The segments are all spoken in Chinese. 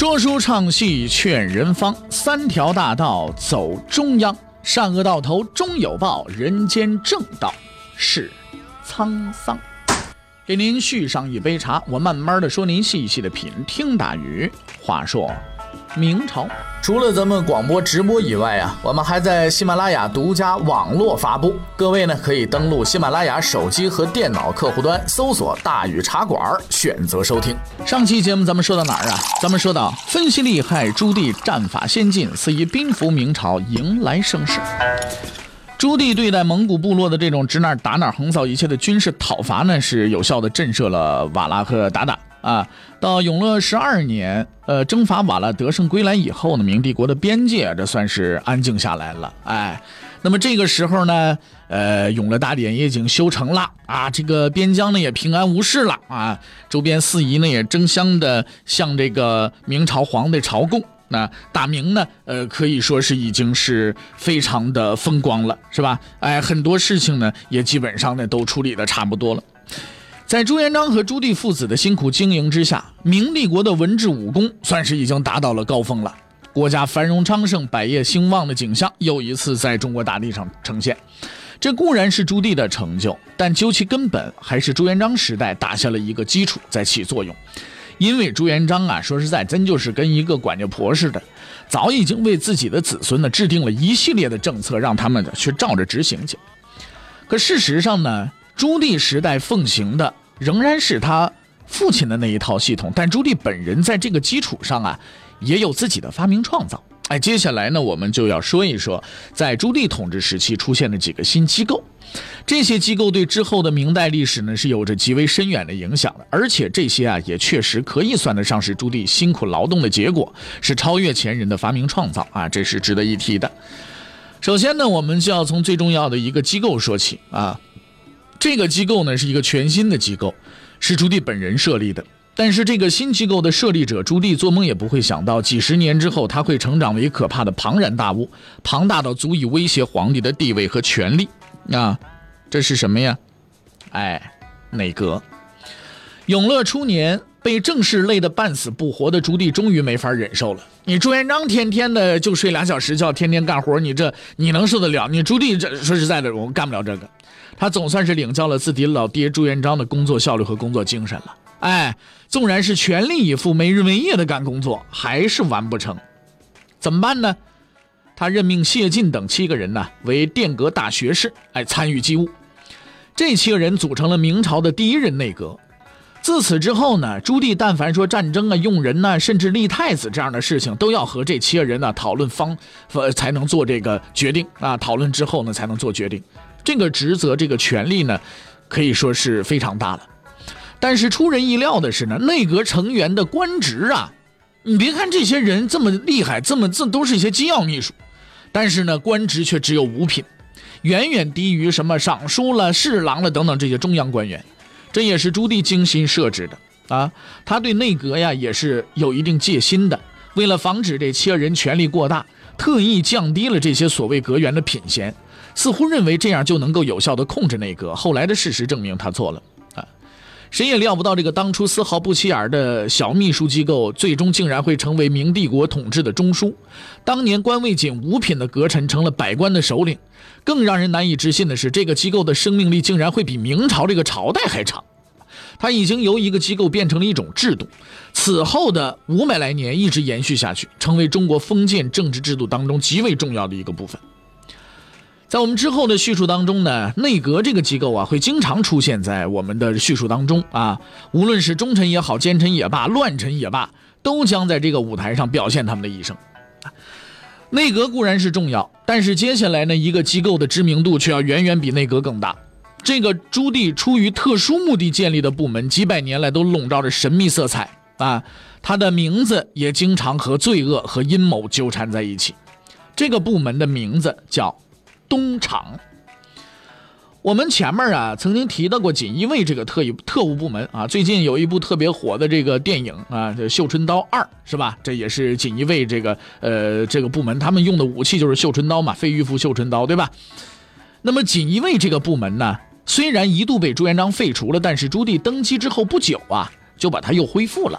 说书唱戏劝人方，三条大道走中央，善恶到头终有报，人间正道是沧桑。给您续上一杯茶，我慢慢的说，您细细的品。听大禹。话说明朝除了咱们广播直播以外啊，我们还在喜马拉雅独家网络发布。各位呢可以登录喜马拉雅手机和电脑客户端，搜索大禹茶馆，选择收听。上期节目咱们说到哪儿啊？咱们说到分析厉害，朱棣战法先进，肆意兵服明朝，迎来盛世。朱棣对待蒙古部落的这种指哪打哪横扫一切的军事讨伐呢，是有效的震慑了瓦剌和鞑靼啊。到永乐12年，征伐瓦剌得胜归来以后呢，明帝国的边界这算是安静下来了。那么这个时候呢，永乐大典也已经修成了啊，这个边疆呢也平安无事了啊，周边四夷呢也争相的向这个明朝皇帝朝贡。那大明呢，可以说是已经是非常的风光了，是吧？很多事情呢，也基本上呢都处理的差不多了。在朱元璋和朱棣父子的辛苦经营之下，明帝国的文治武功算是已经达到了高峰了，国家繁荣昌盛、百业兴旺的景象又一次在中国大地上呈现。这固然是朱棣的成就，但究其根本，还是朱元璋时代打下了一个基础，在起作用。因为朱元璋啊，说实在，真就是跟一个管家婆似的，早已经为自己的子孙呢制定了一系列的政策，让他们去照着执行去。可事实上呢，朱棣时代奉行的仍然是他父亲的那一套系统，但朱棣本人在这个基础上啊，也有自己的发明创造。接下来呢，我们就要说一说，在朱棣统治时期出现的几个新机构。这些机构对之后的明代历史呢是有着极为深远的影响的，而且这些啊也确实可以算得上是朱棣辛苦劳动的结果，是超越前人的发明创造啊，这是值得一提的。首先呢，我们就要从最重要的一个机构说起啊，这个机构呢是一个全新的机构，是朱棣本人设立的。但是这个新机构的设立者朱棣做梦也不会想到，几十年之后他会成长为可怕的庞然大物，庞大到足以威胁皇帝的地位和权力啊！这是什么呀？内阁。永乐初年，被正事累得半死不活的朱棣终于没法忍受了。你朱元璋天天的就睡2小时觉，天天干活，你能受得了？你朱棣这说实在的，我干不了这个。他总算是领教了自己老爹朱元璋的工作效率和工作精神了。纵然是全力以赴没日没夜的干工作，还是完不成。怎么办呢？他任命谢晋等7个人呢为殿阁大学士，参与机务。这7个人组成了明朝的第一任内阁。自此之后呢，朱棣但凡说战争啊、用人呢，甚至立太子这样的事情，都要和这7个人呢讨论才能做这个决定啊。讨论之后呢，才能做决定。这个职责、这个权力呢，可以说是非常大了。但是出人意料的是呢，内阁成员的官职啊，你别看这些人这么厉害，这都是一些机要秘书，但是呢，官职却只有5品，远远低于什么尚书了、侍郎了等等这些中央官员。这也是朱棣精心设置的啊。他对内阁呀也是有一定戒心的，为了防止这7个人权力过大，特意降低了这些所谓阁员的品衔，似乎认为这样就能够有效地控制内阁。后来的事实证明他错了。谁也料不到，这个当初丝毫不起眼的小秘书机构，最终竟然会成为明帝国统治的中枢。当年官位仅5品的阁臣成了百官的首领。更让人难以置信的是，这个机构的生命力竟然会比明朝这个朝代还长。它已经由一个机构变成了一种制度，此后的500来年一直延续下去，成为中国封建政治制度当中极为重要的一个部分。在我们之后的叙述当中呢，内阁这个机构啊，会经常出现在我们的叙述当中啊。无论是忠臣也好，奸臣也罢，乱臣也罢，都将在这个舞台上表现他们的一生。内阁固然是重要，但是接下来呢，一个机构的知名度却要远远比内阁更大。这个朱棣出于特殊目的建立的部门，几百年来都笼罩着神秘色彩啊。他的名字也经常和罪恶和阴谋纠缠在一起。这个部门的名字叫东厂。我们前面啊曾经提到过锦衣卫这个特务部门啊，最近有一部特别火的这个电影啊，这《绣春刀2》是吧？这也是锦衣卫这个部门，他们用的武器就是绣春刀嘛，飞鱼符绣春刀，对吧？那么锦衣卫这个部门呢，虽然一度被朱元璋废除了，但是朱棣登基之后不久啊，就把它又恢复了。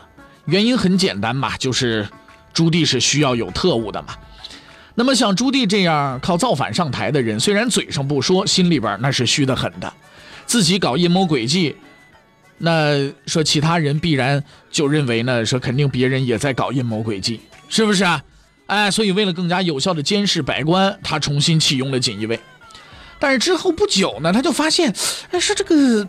原因很简单嘛，就是朱棣是需要有特务的嘛。那么像朱棣这样靠造反上台的人，虽然嘴上不说，心里边那是虚得很的，自己搞阴谋诡计，那说其他人必然就认为呢，说肯定别人也在搞阴谋诡计，是不是啊？所以为了更加有效的监视百官，他重新启用了锦衣卫。但是之后不久呢，他就发现，说这个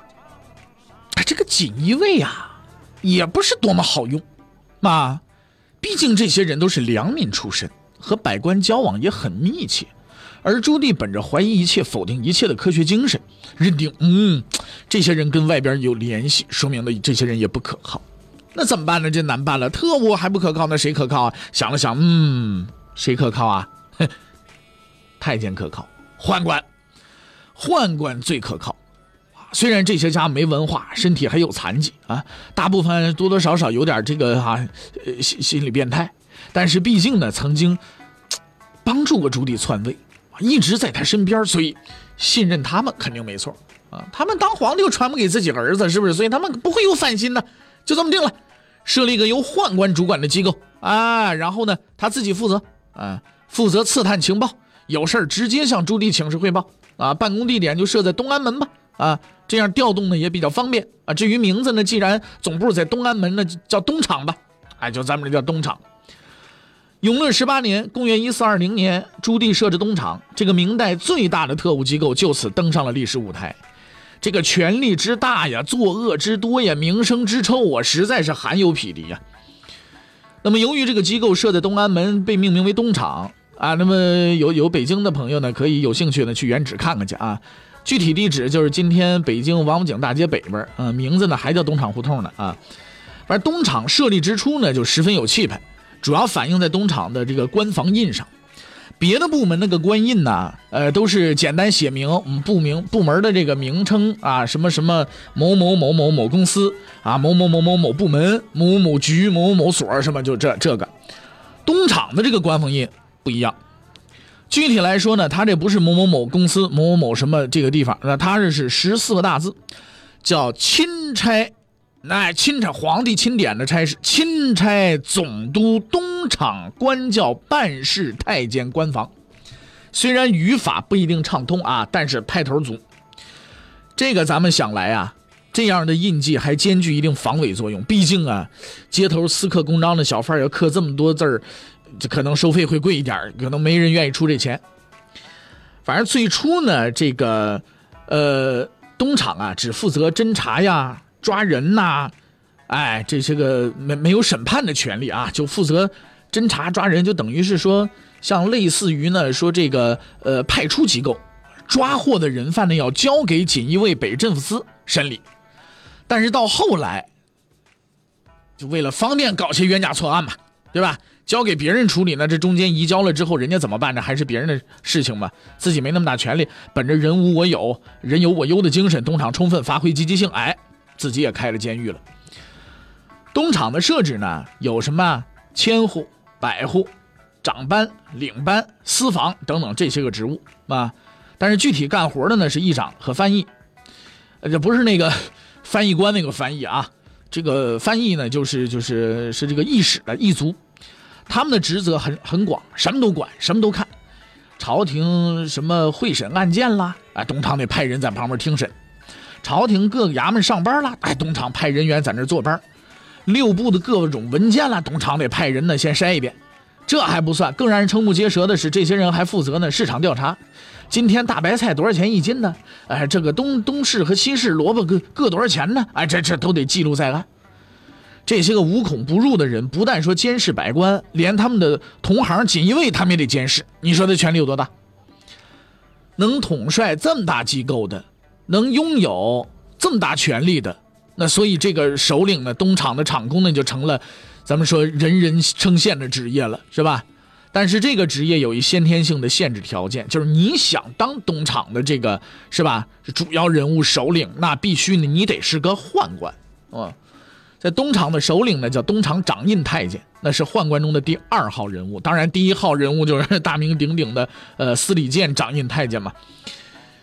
锦衣卫啊，也不是多么好用嘛。毕竟这些人都是良民出身，和百官交往也很密切。而朱棣本着怀疑一切、否定一切的科学精神，认定这些人跟外边有联系，说明了这些人也不可靠。那怎么办呢？这难办了，特务还不可靠，那谁可靠啊？想了想，谁可靠啊？太监可靠，宦官最可靠。虽然这些家没文化，身体还有残疾啊，大部分多多少少有点这个心理变态，但是毕竟呢，曾经帮助过朱棣篡位，一直在他身边，所以信任他们肯定没错啊。他们当皇帝又传不给自己儿子，是不是？所以他们不会有反心的，就这么定了。设立一个由宦官主管的机构啊，然后呢，他自己负责负责刺探情报，有事直接向朱棣请示汇报啊。办公地点就设在东安门吧啊，这样调动呢也比较方便啊。至于名字呢，既然总部在东安门呢，叫东厂吧，就咱们这叫东厂。永乐18年，公元1420年，朱棣设置东厂，这个明代最大的特务机构就此登上了历史舞台。这个权力之大呀，作恶之多呀，名声之臭啊，实在是罕有匹敌呀。那么由于这个机构设在东安门，被命名为东厂啊。那么有北京的朋友呢，可以有兴趣呢去原址看看去啊。具体地址就是今天北京王府井大街北边名字呢还叫东厂胡同呢啊。反正东厂设立之初呢，就十分有气派，主要反映在东厂的这个官房印上。别的部门那个官印呢，都是简单写明部门的这个名称啊，什么什么某某某某某公司啊，某某某某某部门，某某局，某某所，什么就这个。东厂的这个官方印不一样，具体来说呢，它这不是某某某公司某某某什么这个地方，那它是14个大字，叫钦差。钦差，皇帝钦点的差事，钦差总督东厂官教办事太监官房。虽然语法不一定畅通啊，但是派头足。这个咱们想来啊，这样的印记还兼具一定防伪作用。毕竟啊，街头私刻公章的小贩要刻这么多字儿，可能收费会贵一点，可能没人愿意出这钱。反正最初呢，这个东厂啊，只负责侦查呀、抓人呐，这些个没有审判的权利啊，就负责侦查抓人，就等于是说像类似于呢说这个派出机构，抓获的人犯呢要交给锦衣卫北镇抚司审理。但是到后来，就为了方便搞些冤假错案嘛，对吧？交给别人处理呢，这中间移交了之后，人家怎么办呢？还是别人的事情嘛，自己没那么大权利。本着人无我有，人有我优的精神，东厂充分发挥积极性，自己也开了监狱了。东厂的设置呢，有什么千户、百户、长班、领班、司房等等这些个职务啊。但是具体干活的呢是议长和翻译，这不是那个翻译官那个翻译啊，这个翻译呢是这个议使的议族，他们的职责很广，什么都管，什么都看。朝廷什么会审案件啦，东厂得派人在旁边听审。朝廷各个衙门上班了，东厂派人员在那坐班。六部的各种文件了，东厂得派人呢先筛一遍。这还不算，更让人瞠目结舌的是，这些人还负责呢市场调查。今天大白菜多少钱一斤呢？这个东市和西市萝卜各多少钱呢？这都得记录在案。这些个无孔不入的人，不但说监视百官，连他们的同行锦衣卫他们也得监视。你说这权力有多大？能统帅这么大机构的，能拥有这么大权力的，那所以这个首领呢，东厂的厂工呢，就成了咱们说人人称羡的职业了，是吧？但是这个职业有一先天性的限制条件，就是你想当东厂的这个是吧，主要人物首领，那必须你得是个宦官在东厂的首领呢叫东厂掌印太监，那是宦官中的第2号人物。当然第1号人物就是大名鼎鼎的司礼监掌印太监嘛。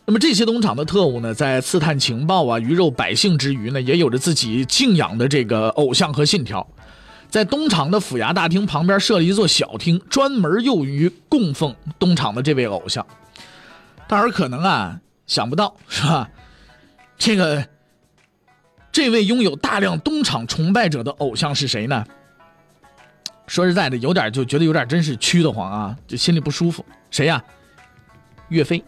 那么这些东厂的特务呢，在刺探情报啊、鱼肉百姓之余呢，也有着自己敬仰的这个偶像和信条。在东厂的府衙大厅旁边设了一座小厅，专门用于供奉东厂的这位偶像。大伙可能啊想不到，是吧？这位拥有大量东厂崇拜者的偶像是谁呢？说实在的，有点就觉得有点真是屈得慌啊，就心里不舒服。谁呀？岳飞。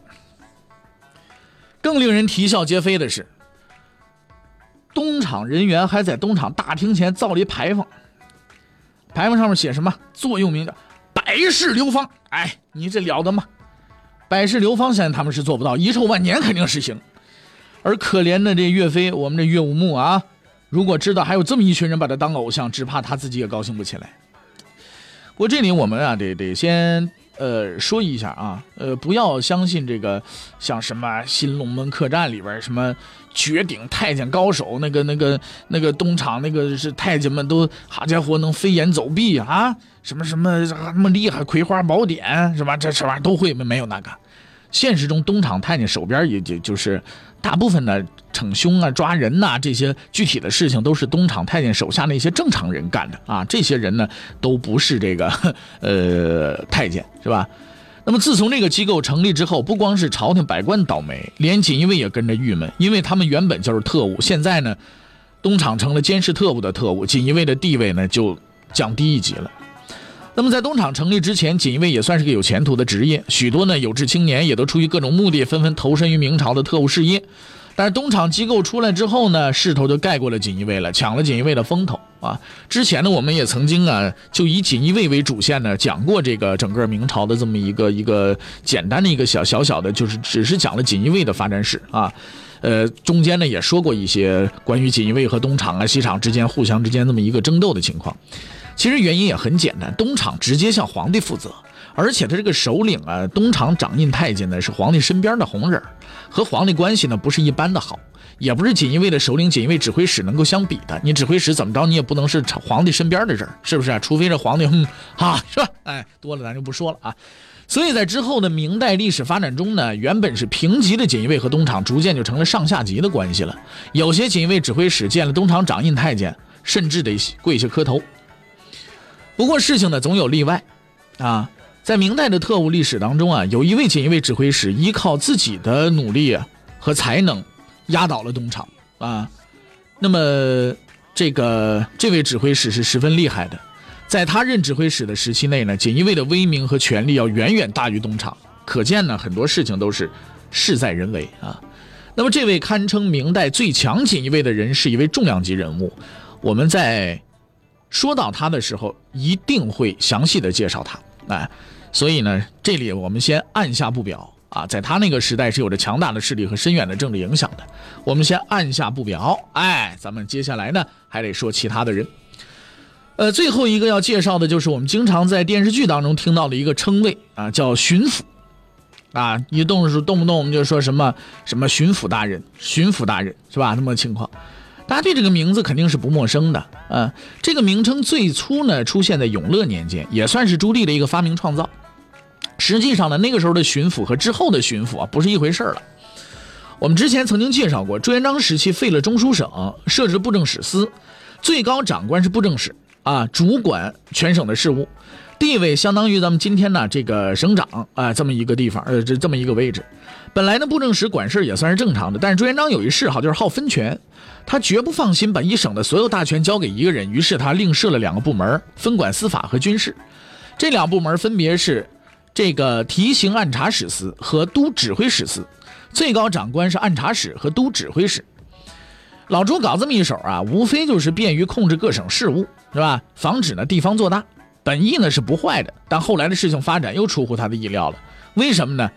更令人啼笑皆非的是，东厂人员还在东厂大厅前造了一牌坊，牌坊上面写什么？座右铭叫百世流芳。哎，你这了得吗？百世流芳现在他们是做不到，遗臭万年肯定实行。而可怜的这岳飞，我们这岳武穆啊，如果知道还有这么一群人把他当偶像，只怕他自己也高兴不起来。不过这里我们啊得先说一下啊，不要相信这个像什么新龙门客栈里边什么绝顶太监高手，那个东厂那个是太监们都好家伙能飞檐走壁啊，什么那么厉害，葵花宝典是吧？这玩意儿都会没有那个。现实中东厂太监手边也就是大部分的惩凶啊、抓人呐、这些具体的事情都是东厂太监手下那些正常人干的啊。这些人呢都不是这个太监，是吧？那么自从这个机构成立之后，不光是朝廷百官倒霉，连锦衣卫也跟着郁闷，因为他们原本就是特务，现在呢东厂成了监视特务的特务，锦衣卫的地位呢就降低一级了。那么在东厂成立之前，锦衣卫也算是个有前途的职业，许多呢有志青年也都出于各种目的纷纷投身于明朝的特务事业。但是东厂机构出来之后呢，势头就盖过了锦衣卫了，抢了锦衣卫的风头啊。之前呢我们也曾经啊就以锦衣卫为主线呢讲过这个整个明朝的这么一个简单的一个小的，就是只是讲了锦衣卫的发展史啊。中间呢也说过一些关于锦衣卫和东厂啊、西厂之间互相之间这么一个争斗的情况。其实原因也很简单，东厂直接向皇帝负责，而且他这个首领啊，东厂掌印太监呢是皇帝身边的红人，和皇帝关系呢不是一般的好，也不是锦衣卫的首领、锦衣卫指挥使能够相比的。你指挥使怎么着，你也不能是皇帝身边的人，是不是啊？除非这皇帝是吧？哎，多了咱就不说了啊。所以在之后的明代历史发展中呢，原本是平级的锦衣卫和东厂逐渐就成了上下级的关系了。有些锦衣卫指挥使见了东厂掌印太监，甚至得跪下磕头。不过事情呢总有例外啊，在明代的特务历史当中啊，有一位锦衣卫指挥使依靠自己的努力和才能压倒了东厂啊。那么这位指挥使是十分厉害的，在他任指挥使的时期内呢，锦衣卫的威名和权力要远远大于东厂，可见呢很多事情都是事在人为啊。那么这位堪称明代最强锦衣卫的人是一位重量级人物，我们在说到他的时候一定会详细的介绍他，哎，所以呢这里我们先按下不表啊，在他那个时代是有着强大的势力和深远的政治影响的，我们先按下不表。哎，咱们接下来呢还得说其他的人。最后一个要介绍的就是我们经常在电视剧当中听到的一个称谓啊，叫巡抚啊，动不动我们就说什么巡抚大人是吧？那么情况大家对这个名字肯定是不陌生的，这个名称最初呢出现在永乐年间，也算是朱棣的一个发明创造。实际上呢，那个时候的巡抚和之后的巡抚啊不是一回事了。我们之前曾经介绍过，朱元璋时期废了中书省，设置布政使司，最高长官是布政使啊，主管全省的事务，地位相当于咱们今天呢这个省长啊这么一个地方，这么一个位置。本来呢布政使管事也算是正常的，但是朱元璋有一嗜好，就是好分权，他绝不放心把一省的所有大权交给一个人，于是他另设了2个部门，分管司法和军事。这2部门分别是这个提刑按察使司和都指挥使司，最高长官是按察使和都指挥使。老朱搞这么一手啊，无非就是便于控制各省事务，是吧？防止呢地方做大，本意呢是不坏的，但后来的事情发展又出乎他的意料了。为什么呢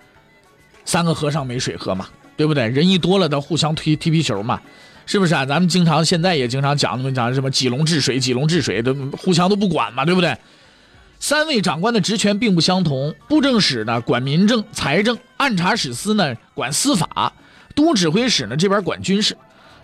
？3个和尚没水喝嘛，对不对？人一多了都互相踢皮球嘛，是不是啊？咱们现在也经常讲什么几龙治水都互相都不管嘛，对不对？3位长官的职权并不相同，布政使呢管民政财政，按察使司呢管司法，都指挥使呢这边管军事。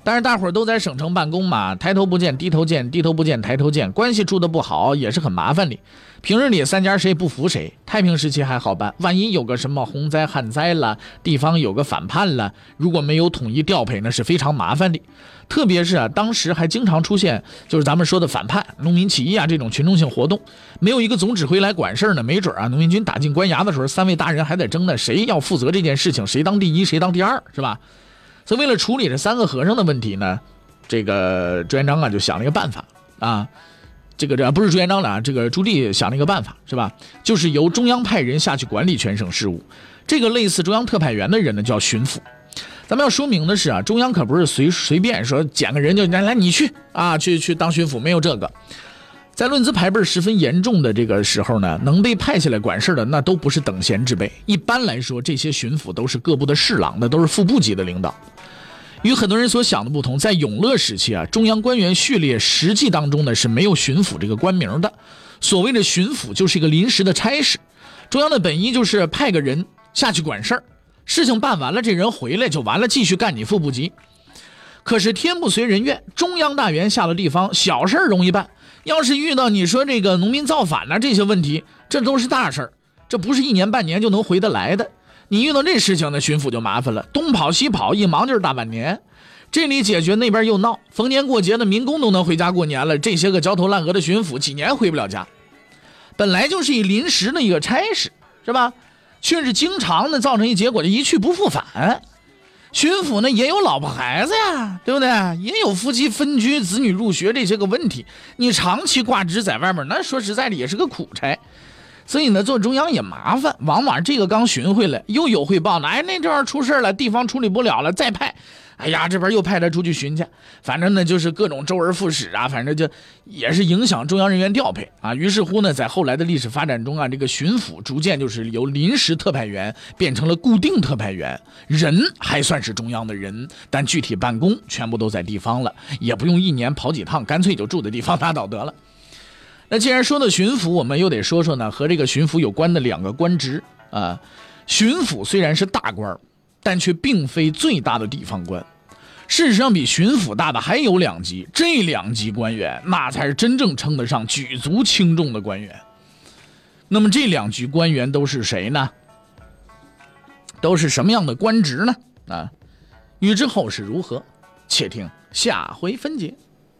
但是大伙儿都在省城办公嘛，抬头不见低头见，低头不见抬头见，关系处得不好也是很麻烦的。平日里三家谁不服谁，太平时期还好办，万一有个什么洪灾旱灾了，地方有个反叛了，如果没有统一调配，那是非常麻烦的。特别是当时还经常出现就是咱们说的反叛、农民起义这种群众性活动，没有一个总指挥来管事呢，没准农民军打进官衙的时候，三位大人还在争呢，谁要负责这件事情，谁当第一，谁当第二，是吧？所以为了处理这三个和尚的问题呢，这个朱元璋就想了一个办法这不是朱元璋了这个朱棣想了一个办法，是吧？就是由中央派人下去管理全省事务。这个类似中央特派员的人呢，叫巡抚。咱们要说明的是中央可不是随便说捡个人就来你去去当巡抚，没有这个。在论资排辈十分严重的这个时候呢，能被派下来管事的那都不是等闲之辈。一般来说，这些巡抚都是各部的侍郎的，都是副部级的领导。与很多人所想的不同，在永乐时期中央官员序列实际当中呢是没有巡抚这个官名的。所谓的巡抚就是一个临时的差事，中央的本意就是派个人下去管事儿，事情办完了，这人回来就完了，继续干你副部级。可是天不随人愿，中央大员下了地方，小事容易办，要是遇到你说这个农民造反这些问题，这都是大事儿，这不是一年半年就能回得来的。你遇到这事情呢，巡抚就麻烦了，东跑西跑，一忙就是大半年。这里解决，那边又闹，逢年过节的民工都能回家过年了，这些个焦头烂额的巡抚几年回不了家。本来就是一临时的一个差事，是吧？却是经常的造成一结果，就一去不复返。巡抚呢也有老婆孩子呀，对不对？也有夫妻分居、子女入学这些个问题，你长期挂职在外面，那说实在的也是个苦差。所以呢，做中央也麻烦，往往这个刚巡回来，又有汇报呢，那这样出事了，地方处理不了了，再派，这边又派他出去巡去，反正呢就是各种周而复始反正就也是影响中央人员调配于是乎呢，在后来的历史发展中这个巡抚逐渐就是由临时特派员变成了固定特派员，人还算是中央的人，但具体办公全部都在地方了，也不用一年跑几趟，干脆就住的地方拉倒得了。那既然说到巡抚，我们又得说说呢和这个巡抚有关的两个官职巡抚虽然是大官，但却并非最大的地方官。事实上比巡抚大的还有两级，这两级官员那才是真正称得上举足轻重的官员。那么这两级官员都是谁呢？都是什么样的官职呢？欲知后事如何，且听下回分解。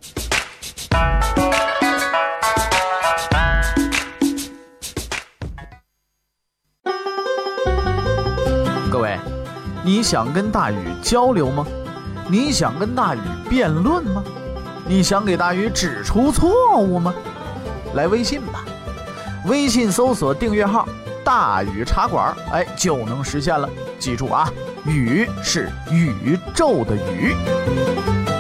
各位，你想跟大禹交流吗？你想跟大禹辩论吗？你想给大禹指出错误吗？来微信吧，微信搜索订阅号大禹茶馆，就能实现了。记住禹是宇宙的宇。